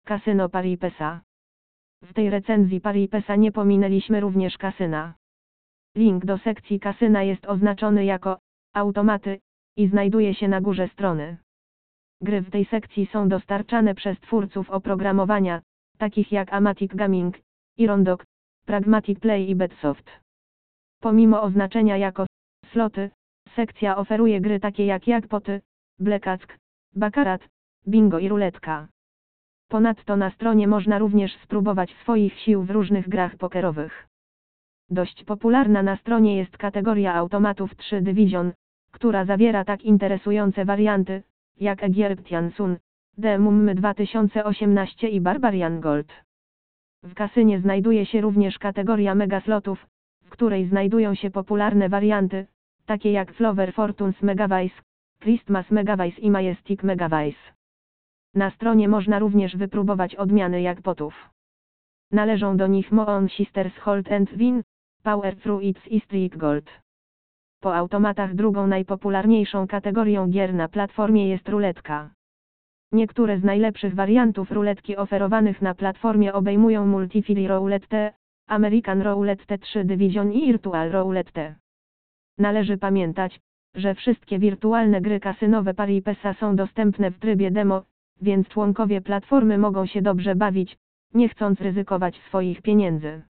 Kasyno Paripesa. W tej recenzji Paripesa nie pominęliśmy również kasyna. Link do sekcji kasyna jest oznaczony jako automaty i znajduje się na górze strony. Gry w tej sekcji są dostarczane przez twórców oprogramowania, takich jak Amatic Gaming, Irondok, Pragmatic Play i Betsoft. Pomimo oznaczenia jako sloty, sekcja oferuje gry takie jak jackpoty, blackjack, baccarat, bingo i ruletka. Ponadto na stronie można również spróbować swoich sił w różnych grach pokerowych. Dość popularna na stronie jest kategoria automatów 3 Division, która zawiera tak interesujące warianty, jak Egyptian Sun, The Mummy 2018 i Barbarian Gold. W kasynie znajduje się również kategoria megaslotów, w której znajdują się popularne warianty, takie jak Flower Fortunes Megavice, Christmas Megavice i Majestic Megavice. Na stronie można również wypróbować odmiany jackpotów. Należą do nich Moon Sisters Hold and Win, Power Fruits i Street Gold. Po automatach drugą najpopularniejszą kategorią gier na platformie jest ruletka. Niektóre z najlepszych wariantów ruletki oferowanych na platformie obejmują Multifili Roulette, American Roulette 3 Division i Virtual Roulette. Należy pamiętać, że wszystkie wirtualne gry kasynowe Paripesa są dostępne w trybie demo, więc członkowie platformy mogą się dobrze bawić, nie chcąc ryzykować swoich pieniędzy.